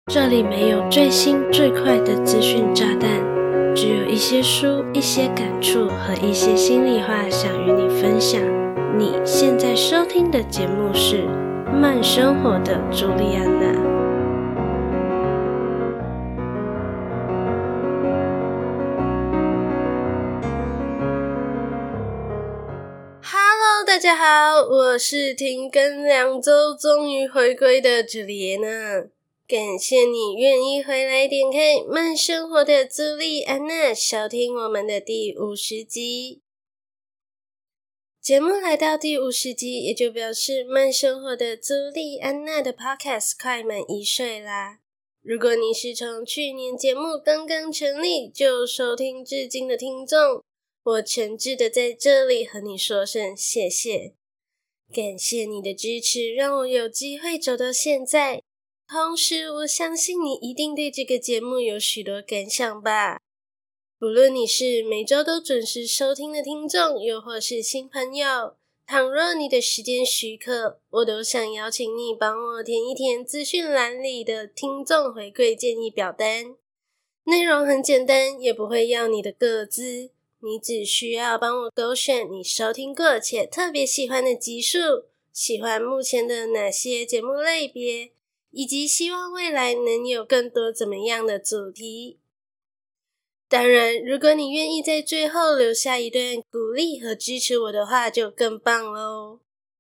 这里没有最新最快的资讯炸弹，只有一些书、一些感触和一些心里话想与你分享。你现在收听的节目是《慢生活的朱莉安娜》。Hello， 大家好，我是停更2周终于回归的朱莉安娜。感谢你愿意回来点开慢生活的朱莉安娜，收听我们的第50集。节目来到第50集，也就表示慢生活的朱莉安娜的 podcast 快满1岁啦。如果你是从去年节目刚刚成立就收听至今的听众，我诚挚的在这里和你说声谢谢。感谢你的支持，让我有机会走到现在。同时，我相信你一定对这个节目有许多感想吧。不论你是每周都准时收听的听众，又或是新朋友，倘若你的时间许可，我都想邀请你帮我填一填资讯栏里的听众回馈建议表单。内容很简单，也不会要你的个资，你只需要帮我勾选你收听过且特别喜欢的集数，喜欢目前的哪些节目类别，以及希望未来能有更多怎么样的主题。当然，如果你愿意在最后留下一段鼓励和支持我的话，就更棒咯。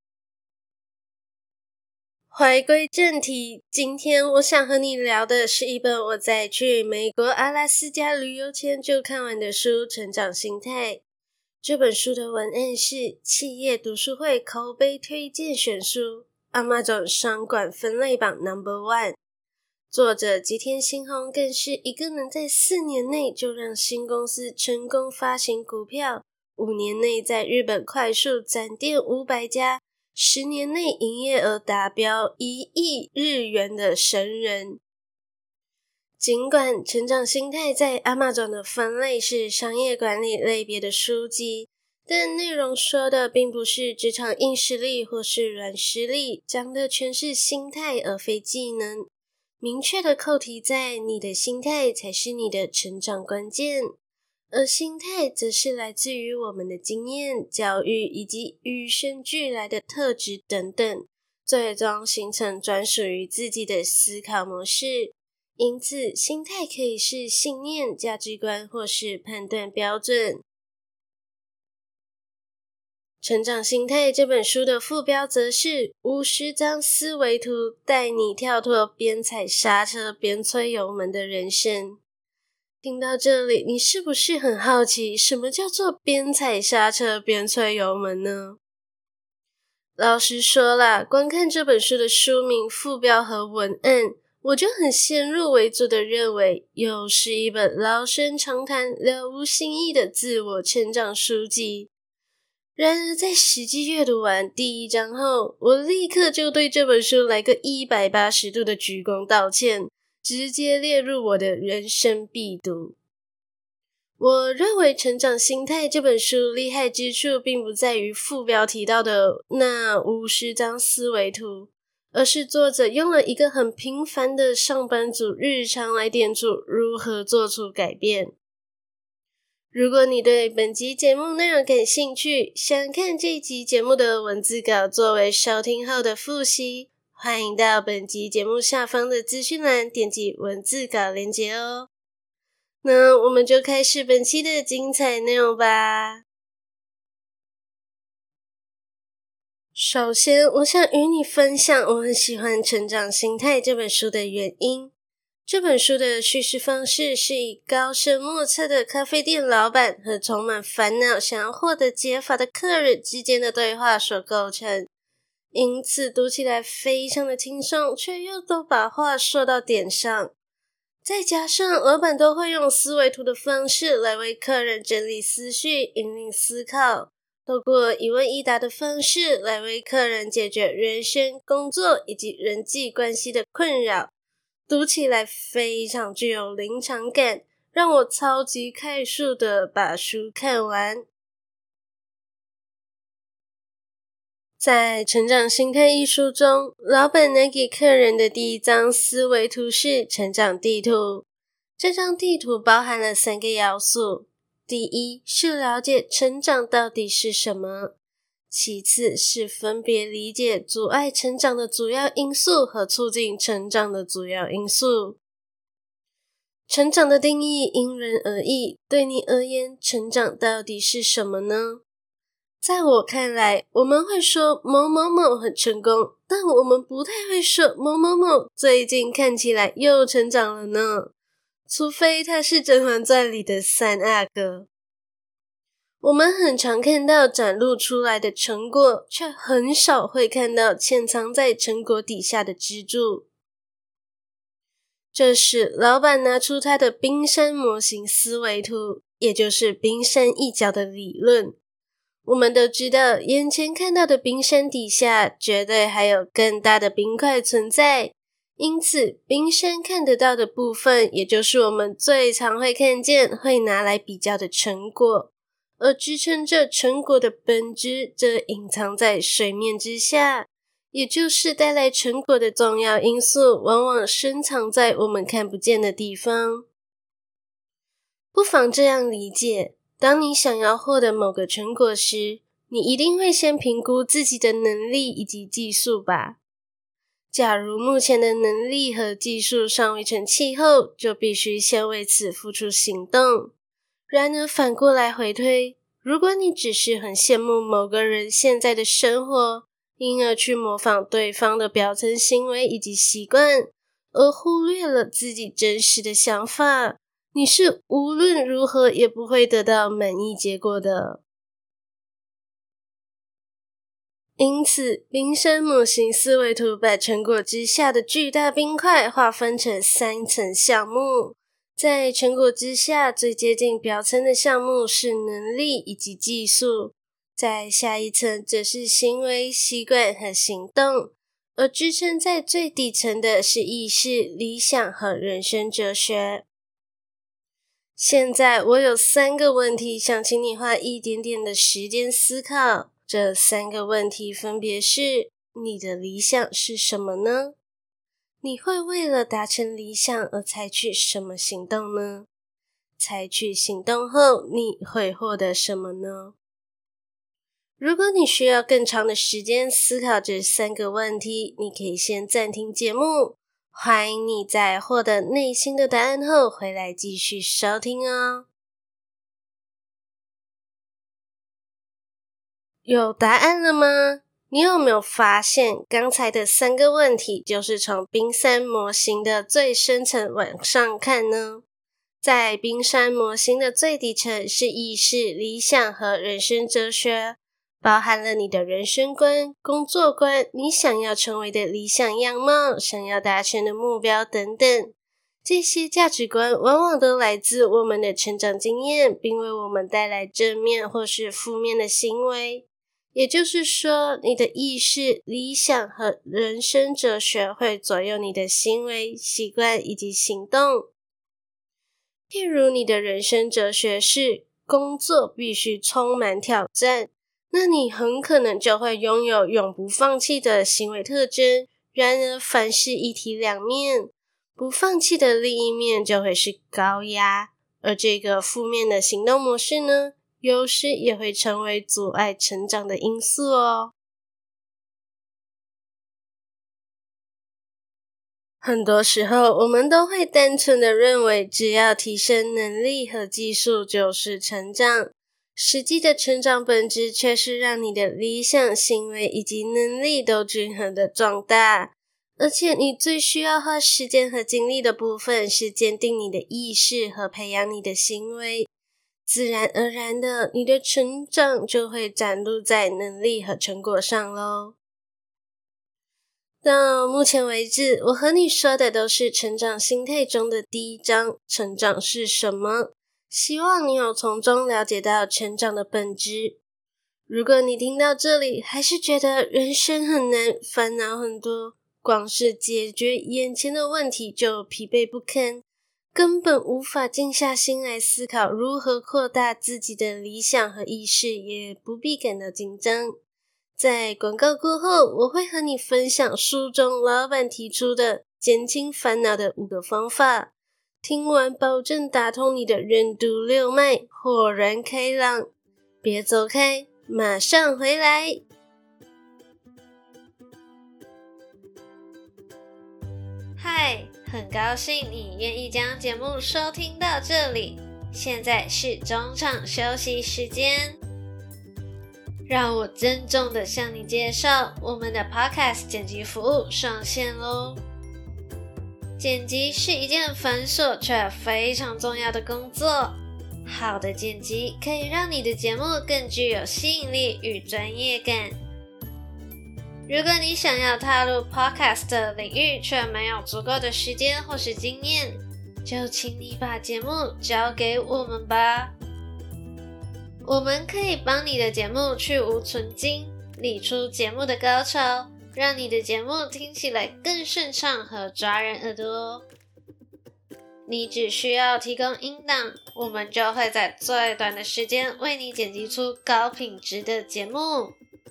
回归正题，今天我想和你聊的是一本我在去美国阿拉斯加旅游前就看完的书《成长心态》。这本书的文案是企业读书会口碑推荐选书Amazon 商管分类榜 No.1， 作者吉田新宏更是一个能在4年内就让新公司成功发行股票，5年内在日本快速展店500家，10年内营业额达标1亿日元的神人。尽管成长心态在 Amazon 的分类是商业管理类别的书籍，但内容说的并不是职场硬实力或是软实力，讲的全是心态而非技能。明确的扣题在你的心态才是你的成长关键，而心态则是来自于我们的经验、教育以及与生俱来的特质等等，最终形成专属于自己的思考模式。因此，心态可以是信念、价值观或是判断标准。成长心态这本书的副标则是50张思维图，带你跳脱边踩刹车边催油门的人生。听到这里，你是不是很好奇什么叫做边踩刹车边催油门呢？老实说啦，光看这本书的书名、副标和文案，我就很先入为主的认为又是一本老生常谈、了无新意的自我成长书籍。然而在实际阅读完第1章后，我立刻就对这本书来个180度的鞠躬道歉，直接列入我的人生必读。我认为成长心态这本书厉害之处并不在于副标提到的那50张思维图，而是作者用了一个很平凡的上班族日常来点出如何做出改变。如果你对本集节目内容感兴趣，想看这集节目的文字稿作为收听后的复习，欢迎到本集节目下方的资讯栏点击文字稿连结哦。那我们就开始本期的精彩内容吧。首先，我想与你分享我很喜欢《成长心态》这本书的原因。这本书的叙事方式是以高深莫测的咖啡店老板和充满烦恼想要获得解法的客人之间的对话所构成，因此读起来非常的轻松，却又都把话说到点上。再加上老板都会用思维图的方式来为客人整理思绪、引领思考，透过一问一答的方式来为客人解决人生、工作以及人际关系的困扰，读起来非常具有临场感，让我超级快速的把书看完。 在成长心态一书中，老板拿给客人的第一张思维图是成长地图。这张地图包含了3个要素，第一是了解成长到底是什么，其次是分别理解阻碍成长的主要因素和促进成长的主要因素。成长的定义因人而异，对你而言，成长到底是什么呢？在我看来，我们会说某某某很成功，但我们不太会说某某某最近看起来又成长了呢。除非他是《甄嬛传》里的三阿哥。我们很常看到展露出来的成果，却很少会看到潜藏在成果底下的支柱。这时，老板拿出他的冰山模型思维图，也就是冰山一角的理论。我们都知道，眼前看到的冰山底下，绝对还有更大的冰块存在。因此，冰山看得到的部分，也就是我们最常会看见、会拿来比较的成果。而支撑着成果的本质，则隐藏在水面之下，也就是带来成果的重要因素，往往深藏在我们看不见的地方。不妨这样理解，当你想要获得某个成果时，你一定会先评估自己的能力以及技术吧。假如目前的能力和技术尚未成气候，就必须先为此付出行动。然而反过来回推，如果你只是很羡慕某个人现在的生活，因而去模仿对方的表层行为以及习惯，而忽略了自己真实的想法，你是无论如何也不会得到满意结果的。因此，冰山模型思维图把成果之下的巨大冰块划分成3层项目。在成果之下，最接近表层的项目是能力以及技术，在下一层则是行为、习惯和行动，而支撑在最底层的是意识、理想和人生哲学。现在我有3个问题想请你花一点点的时间思考，这3个问题分别是：你的理想是什么呢？你会为了达成理想而采取什么行动呢？采取行动后，你会获得什么呢？如果你需要更长的时间思考这3个问题，你可以先暂停节目，欢迎你在获得内心的答案后回来继续收听哦。有答案了吗？你有没有发现刚才的3个问题就是从冰山模型的最深层往上看呢？在冰山模型的最底层是意识、理想和人生哲学，包含了你的人生观、工作观、你想要成为的理想样貌、想要达成的目标等等。这些价值观往往都来自我们的成长经验，并为我们带来正面或是负面的行为。也就是说，你的意识、理想和人生哲学会左右你的行为、习惯以及行动。譬如你的人生哲学是工作必须充满挑战，那你很可能就会拥有永不放弃的行为特征。然而凡事一体两面，不放弃的另一面就会是高压，而这个负面的行动模式呢，有时也会成为阻碍成长的因素哦。很多时候，我们都会单纯的认为，只要提升能力和技术就是成长。实际的成长本质却是让你的理想、行为以及能力都均衡的壮大。而且你最需要花时间和精力的部分是坚定你的意识和培养你的行为。自然而然的，你的成长就会展露在能力和成果上咯。到目前为止，我和你说的都是成长心态中的第一章，成长是什么？希望你有从中了解到成长的本质。如果你听到这里还是觉得人生很难，烦恼很多，光是解决眼前的问题就疲惫不堪，根本无法静下心来思考如何扩大自己的理想和意识，也不必感到紧张。 在广告过后，我会和你分享书中老板提出的减轻烦恼的5个方法，听完保证打通你的任督六脉，豁然开朗。别走开，马上回来。嗨，很高兴你愿意将节目收听到这里，现在是中场休息时间。让我郑重地向你介绍我们的 Podcast 剪辑服务上线咯。剪辑是一件繁琐却非常重要的工作，好的剪辑可以让你的节目更具有吸引力与专业感。如果你想要踏入 Podcast 的领域却没有足够的时间或是经验，就请你把节目交给我们吧。我们可以帮你的节目去无存菁，理出节目的高潮，让你的节目听起来更顺畅和抓人耳朵。你只需要提供音档，我们就会在最短的时间为你剪辑出高品质的节目。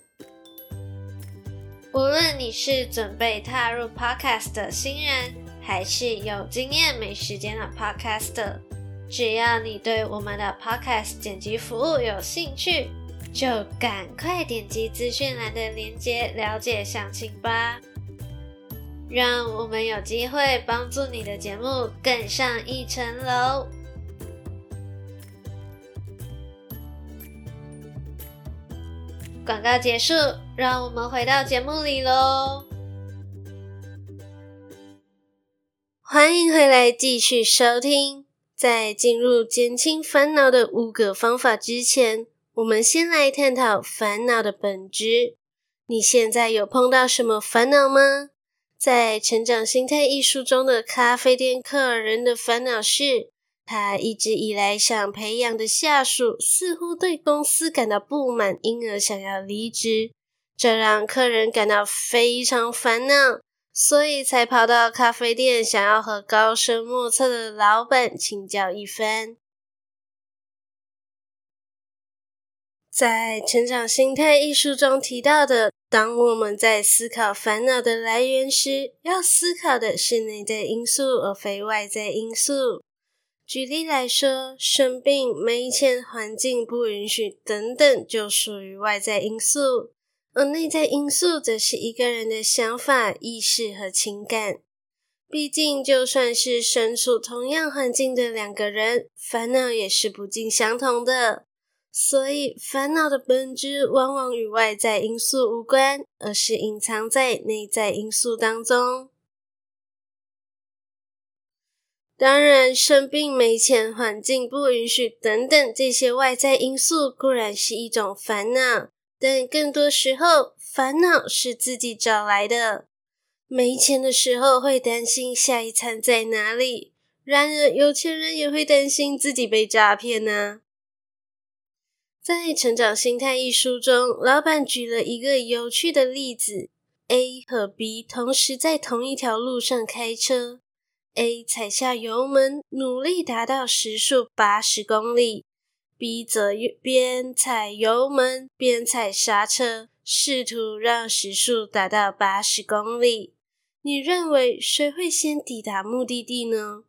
无论你是准备踏入 Podcast 的新人，还是有经验没时间的 Podcaster， 只要你对我们的 Podcast 剪辑服务有兴趣，就赶快点击资讯栏的连结了解详情吧。让我们有机会帮助你的节目更上一层楼。广告结束，让我们回到节目里咯。欢迎回来继续收听。在进入减轻烦恼的5个方法之前，我们先来探讨烦恼的本质。你现在有碰到什么烦恼吗？在《成长心态》一书中的咖啡店客人的烦恼是，他一直以来想培养的下属似乎对公司感到不满，因而想要离职，这让客人感到非常烦恼，所以才跑到咖啡店想要和高深莫测的老板请教一番。在《成长心态》一书中提到的，当我们在思考烦恼的来源时，要思考的是内在因素而非外在因素。举例来说，生病、没钱、环境不允许等等就属于外在因素，而内在因素则是一个人的想法、意识和情感。毕竟就算是身处同样环境的2个人，烦恼也是不尽相同的。所以烦恼的本质往往与外在因素无关，而是隐藏在内在因素当中。当然，生病、没钱、环境不允许等等这些外在因素固然是一种烦恼，但更多时候，烦恼是自己找来的。没钱的时候会担心下一餐在哪里，然而有钱人也会担心自己被诈骗啊。在《成长心态》一书中，老板举了一个有趣的例子， A 和 B 同时在同一条路上开车， A 踩下油门，努力达到时速80公里， B 则边踩油门边踩刹车，试图让时速达到80公里。你认为谁会先抵达目的地呢？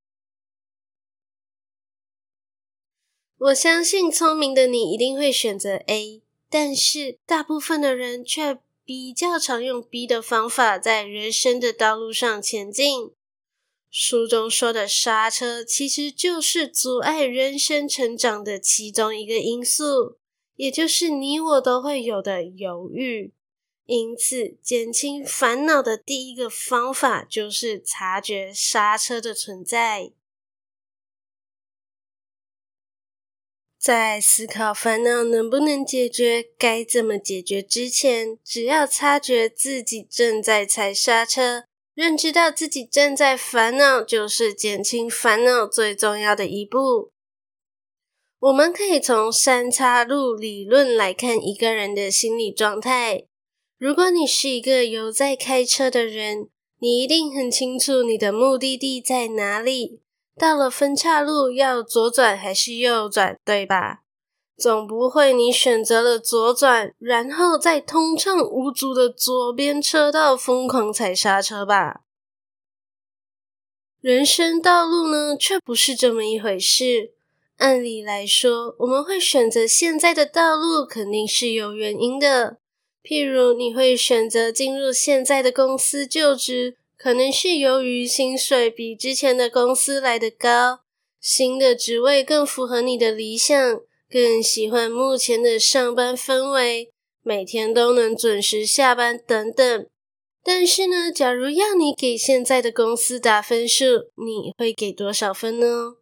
我相信聪明的你一定会选择 A， 但是大部分的人却比较常用 B 的方法在人生的道路上前进。书中说的刹车其实就是阻碍人生成长的其中一个因素，也就是你我都会有的犹豫。因此，减轻烦恼的第一个方法就是察觉刹车的存在。在思考烦恼能不能解决、该怎么解决之前，只要察觉自己正在踩刹车，认知到自己正在烦恼，就是减轻烦恼最重要的一步。我们可以从三岔路理论来看一个人的心理状态。如果你是一个有在开车的人，你一定很清楚你的目的地在哪里，到了分岔路要左转还是右转，对吧？ 总不会你选择了左转，然后在通畅无阻的左边车道疯狂踩刹车吧？人生道路呢，却不是这么一回事。按理来说，我们会选择现在的道路，肯定是有原因的。譬如你会选择进入现在的公司就职，可能是由于薪水比之前的公司来得高，新的职位更符合你的理想，更喜欢目前的上班氛围，每天都能准时下班等等。但是呢，假如要你给现在的公司打分数，你会给多少分呢？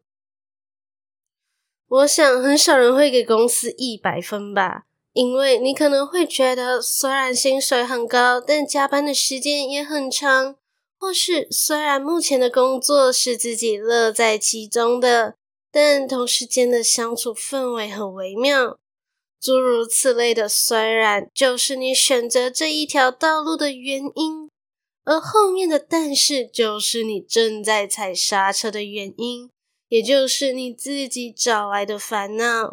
我想很少人会给公司100分吧，因为你可能会觉得虽然薪水很高，但加班的时间也很长，或是虽然目前的工作是自己乐在其中的，但同事间的相处氛围很微妙。诸如此类的虽然就是你选择这一条道路的原因，而后面的但是就是你正在踩刹车的原因，也就是你自己找来的烦恼。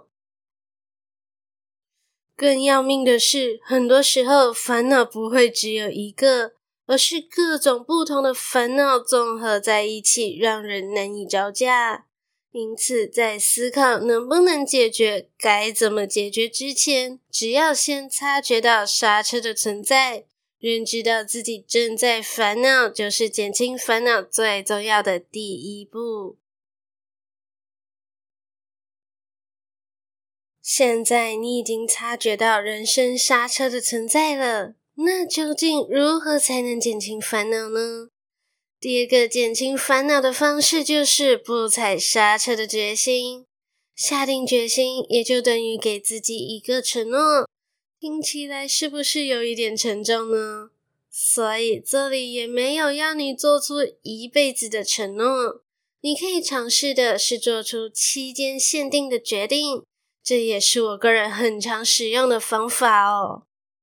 更要命的是，很多时候烦恼不会只有一个，而是各种不同的烦恼综合在一起，让人难以招架。因此，在思考能不能解决、该怎么解决之前，只要先察觉到刹车的存在，认知到自己正在烦恼，就是减轻烦恼最重要的第一步。现在你已经察觉到人生刹车的存在了，那究竟如何才能减轻烦恼呢？第二个减轻烦恼的方式就是不踩刹车的决心。下定决心也就等于给自己一个承诺，听起来是不是有一点沉重呢？所以这里也没有要你做出一辈子的承诺，你可以尝试的是做出期间限定的决定，这也是我个人很常使用的方法哦。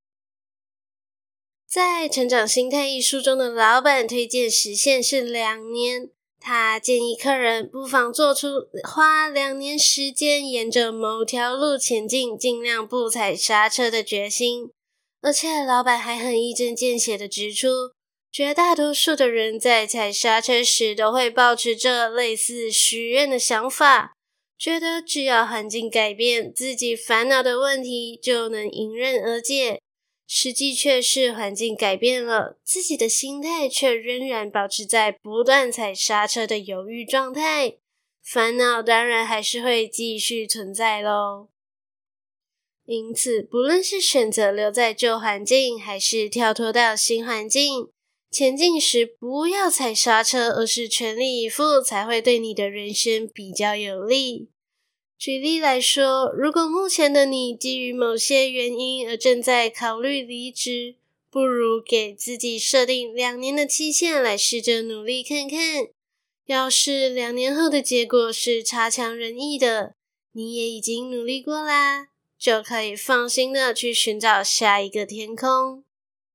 在《成长心态》一书中的老板推荐时限是2年，他建议客人不妨做出花2年时间沿着某条路前进，尽量不踩刹车的决心。而且老板还很一针见血地指出，绝大多数的人在踩刹车时都会抱持着类似许愿的想法，觉得只要环境改变，自己烦恼的问题就能迎刃而解。实际却是环境改变了，自己的心态却仍然保持在不断踩刹车的犹豫状态，烦恼当然还是会继续存在咯。因此，不论是选择留在旧环境，还是跳脱到新环境，前进时不要踩刹车，而是全力以赴，才会对你的人生比较有利。举例来说，如果目前的你基于某些原因而正在考虑离职，不如给自己设定2年的期限来试着努力看看。要是2年后的结果是差强人意的，你也已经努力过啦，就可以放心的去寻找下一个天空。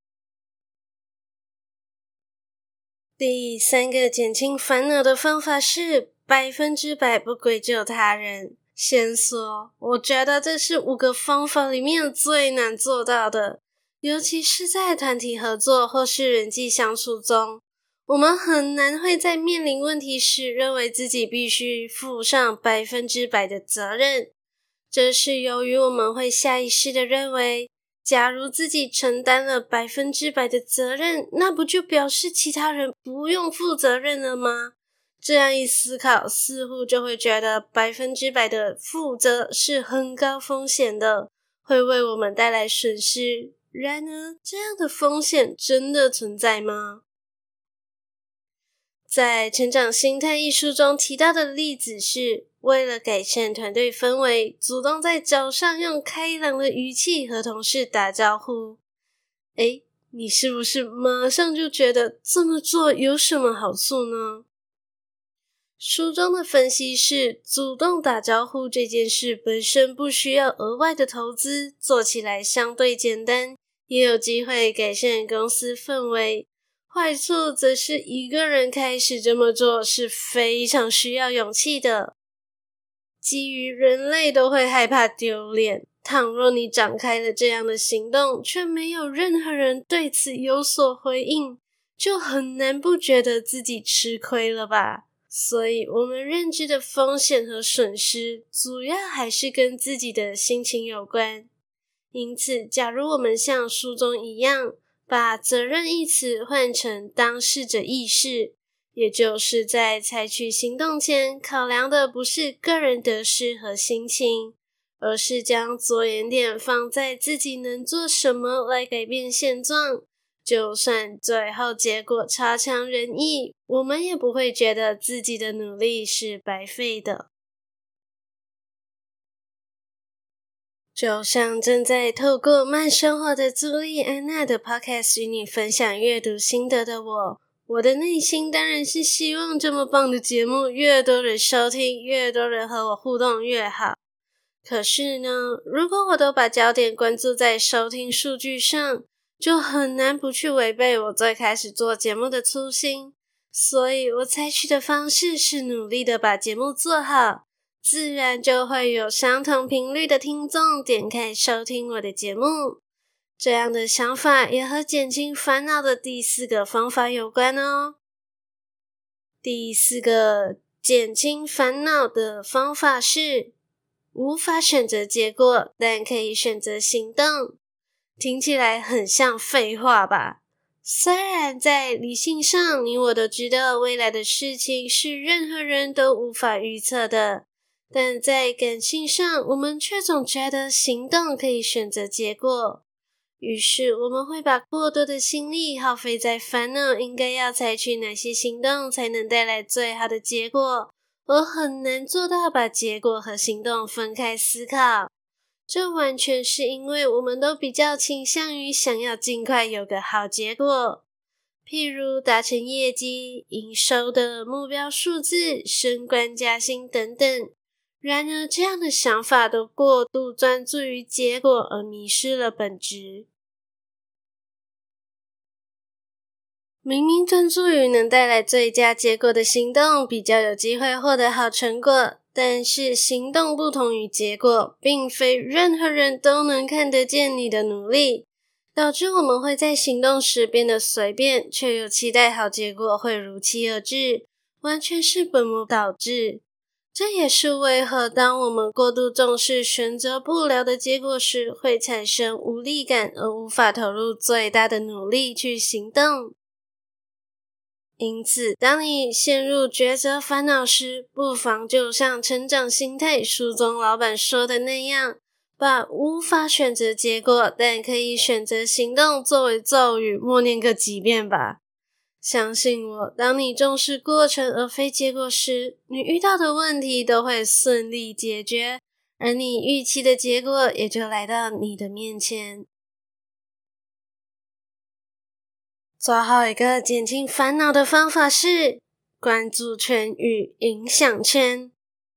第3个减轻烦恼的方法是100%不归咎他人。先说，我觉得这是5个方法里面最难做到的，尤其是在团体合作或是人际相处中，我们很难会在面临问题时认为自己必须负上100%的责任。这是由于我们会下意识地认为，假如自己承担了100%的责任，那不就表示其他人不用负责任了吗？这样一思考，似乎就会觉得100%的负责是很高风险的，会为我们带来损失。然而，这样的风险真的存在吗？在《成长心态》一书中提到的例子是，为了改善团队氛围，主动在早上用开朗的语气和同事打招呼。你是不是马上就觉得这么做有什么好处呢？书中的分析是，主动打招呼这件事本身不需要额外的投资，做起来相对简单，也有机会改善公司氛围。坏处则是一个人开始这么做是非常需要勇气的。 基于人类都会害怕丢脸，倘若你展开了这样的行动，却没有任何人对此有所回应，就很难不觉得自己吃亏了吧。所以我们认知的风险和损失，主要还是跟自己的心情有关。因此，假如我们像书中一样，把责任一词换成当事者意识，也就是在采取行动前考量的不是个人得失和心情，而是将着眼点放在自己能做什么来改变现状，就算最后结果差强人意，我们也不会觉得自己的努力是白费的。就像正在透过慢生活的朱莉安娜的 podcast 与你分享阅读心得的我的内心当然是希望这么棒的节目越多人收听，越多人和我互动越好。可是呢，如果我都把焦点关注在收听数据上，就很难不去违背我最开始做节目的初心。所以我采取的方式是努力的把节目做好，自然就会有相同频率的听众点开收听我的节目。这样的想法也和减轻烦恼的第4个方法有关哦。第4个减轻烦恼的方法是无法选择结果，但可以选择行动。听起来很像废话吧？虽然在理性上，你我都知道未来的事情是任何人都无法预测的，但在感性上，我们却总觉得行动可以选择结果。于是我们会把过多的心力耗费在烦恼应该要采取哪些行动才能带来最好的结果，而很难做到把结果和行动分开思考。这完全是因为我们都比较倾向于想要尽快有个好结果，譬如达成业绩、营收的目标数字、升官加薪等等。然而这样的想法都过度专注于结果而迷失了本质。明明专注于能带来最佳结果的行动比较有机会获得好成果，但是行动不同于结果，并非任何人都能看得见你的努力，导致我们会在行动时变得随便，却又期待好结果会如期而至，完全是本末倒置。这也是为何当我们过度重视选择不了的结果时，会产生无力感而无法投入最大的努力去行动。因此，当你陷入抉择烦恼时，不妨就像成长心态书中老板说的那样，把无法选择结果但可以选择行动作为咒语默念个几遍吧。相信我，当你重视过程而非结果时，你遇到的问题都会顺利解决，而你预期的结果也就来到你的面前。最后一个减轻烦恼的方法是关注圈与影响圈。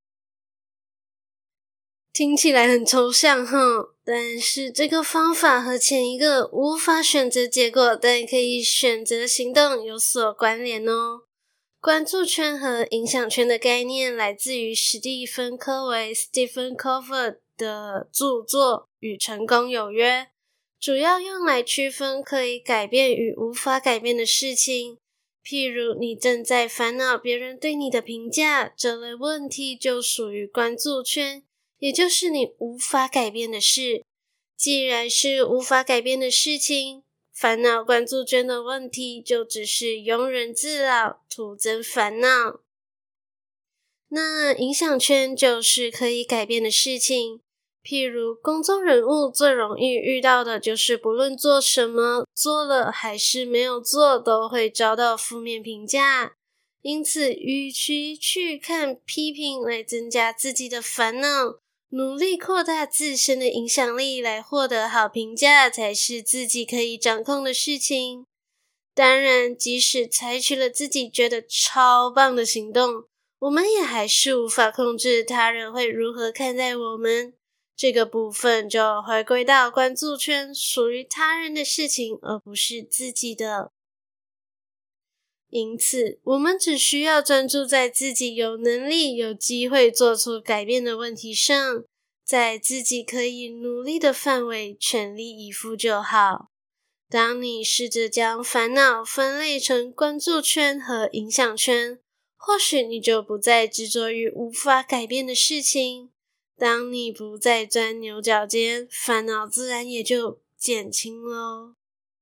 听起来很抽象齁，但是这个方法和前一个无法选择结果但可以选择行动有所关联哦。关注圈和影响圈的概念来自于史蒂芬·科维 Stephen Covey 的著作《与成功有约》，主要用来区分可以改变与无法改变的事情。譬如你正在烦恼别人对你的评价，这类问题就属于关注圈，也就是你无法改变的事。既然是无法改变的事情，烦恼关注圈的问题就只是庸人自扰，徒增烦恼。那影响圈就是可以改变的事情，譬如公众人物最容易遇到的就是不论做什么，做了还是没有做，都会遭到负面评价。因此，与其去看批评来增加自己的烦恼，努力扩大自身的影响力来获得好评价才是自己可以掌控的事情。当然，即使采取了自己觉得超棒的行动，我们也还是无法控制他人会如何看待我们。这个部分就回归到关注圈，属于他人的事情，而不是自己的。 因此，我们只需要专注在自己有能力、有机会做出改变的问题上，在自己可以努力的范围全力以赴就好。当你试着将烦恼分类成关注圈和影响圈，或许你就不再执着于无法改变的事情。当你不再钻牛角尖，烦恼自然也就减轻咯。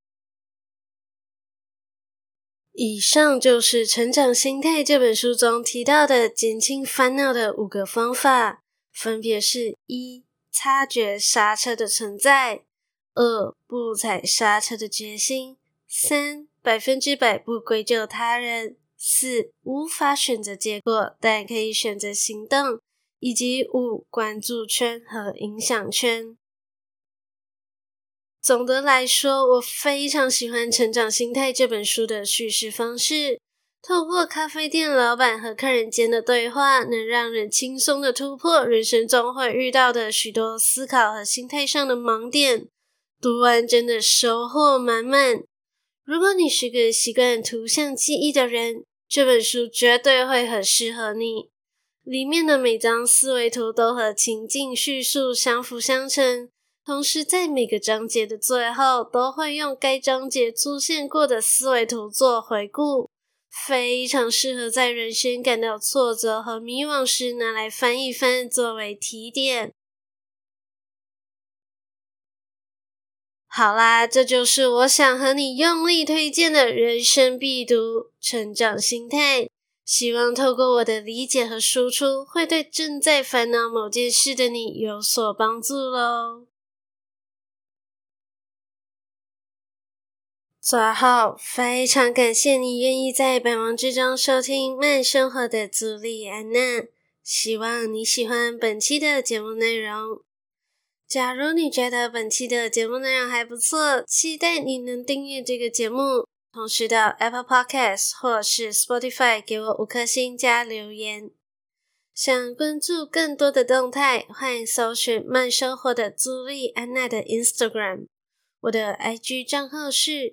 以上就是《成长心态》这本书中提到的减轻烦恼的5个方法，分别是1、察觉刹车的存在；2、不踩刹车的决心；3、100%不归咎他人；4、无法选择结果，但可以选择行动；以及5、关注圈和影响圈。总的来说，我非常喜欢《成长心态》这本书的叙事方式。透过咖啡店老板和客人间的对话，能让人轻松的突破人生中会遇到的许多思考和心态上的盲点。读完真的收获满满。如果你是个习惯图像记忆的人，这本书绝对会很适合你。里面的每张思维图都和情境叙述相辅相成，同时在每个章节的最后都会用该章节出现过的思维图做回顾，非常适合在人生感到挫折和迷惘时拿来翻一翻作为提点。好啦，这就是我想和你用力推荐的人生必读《成长心态》，希望透过我的理解和输出，会对正在烦恼某件事的你有所帮助咯。最后，非常感谢你愿意在百忙之中收听慢生活的朱莉安娜，希望你喜欢本期的节目内容。假如你觉得本期的节目内容还不错，期待你能订阅这个节目，同时到 Apple Podcast 或是 Spotify 给我5颗星加留言。想关注更多的动态，欢迎搜寻慢生活的朱莉安娜的 Instagram， 我的 IG 账号是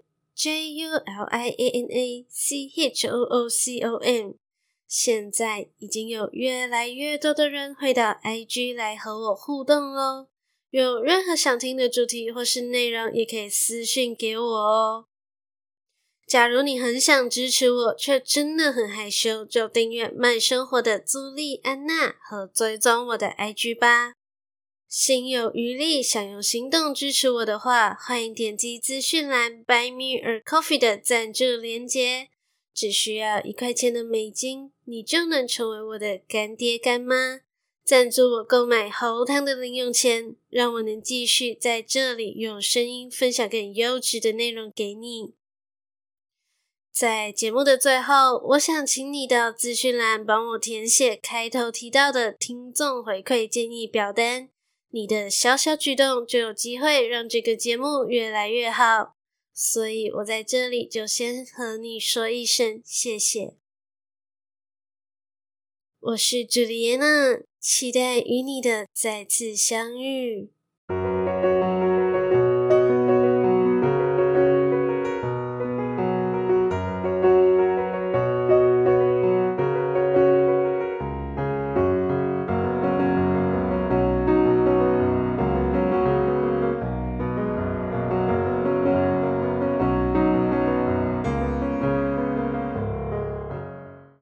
JULIANACHOOCOM。 现在已经有越来越多的人会到 IG 来和我互动咯。有任何想听的主题或是内容，也可以私讯给我哦。假如你很想支持我，却真的很害羞，就订阅慢生活的朱莉安娜和追踪我的 IG 吧。心有余力，想用行动支持我的话，欢迎点击资讯栏 Buy Me a Coffee 的赞助连结，只需要1块钱的美金，你就能成为我的干爹干妈，赞助我购买喉糖的零用钱，让我能继续在这里用声音分享更优质的内容给你。在节目的最后，我想请你到资讯栏帮我填写开头提到的听众回馈建议表单，你的小小举动就有机会让这个节目越来越好，所以我在这里就先和你说一声谢谢。我是朱莉安娜，期待与你的再次相遇。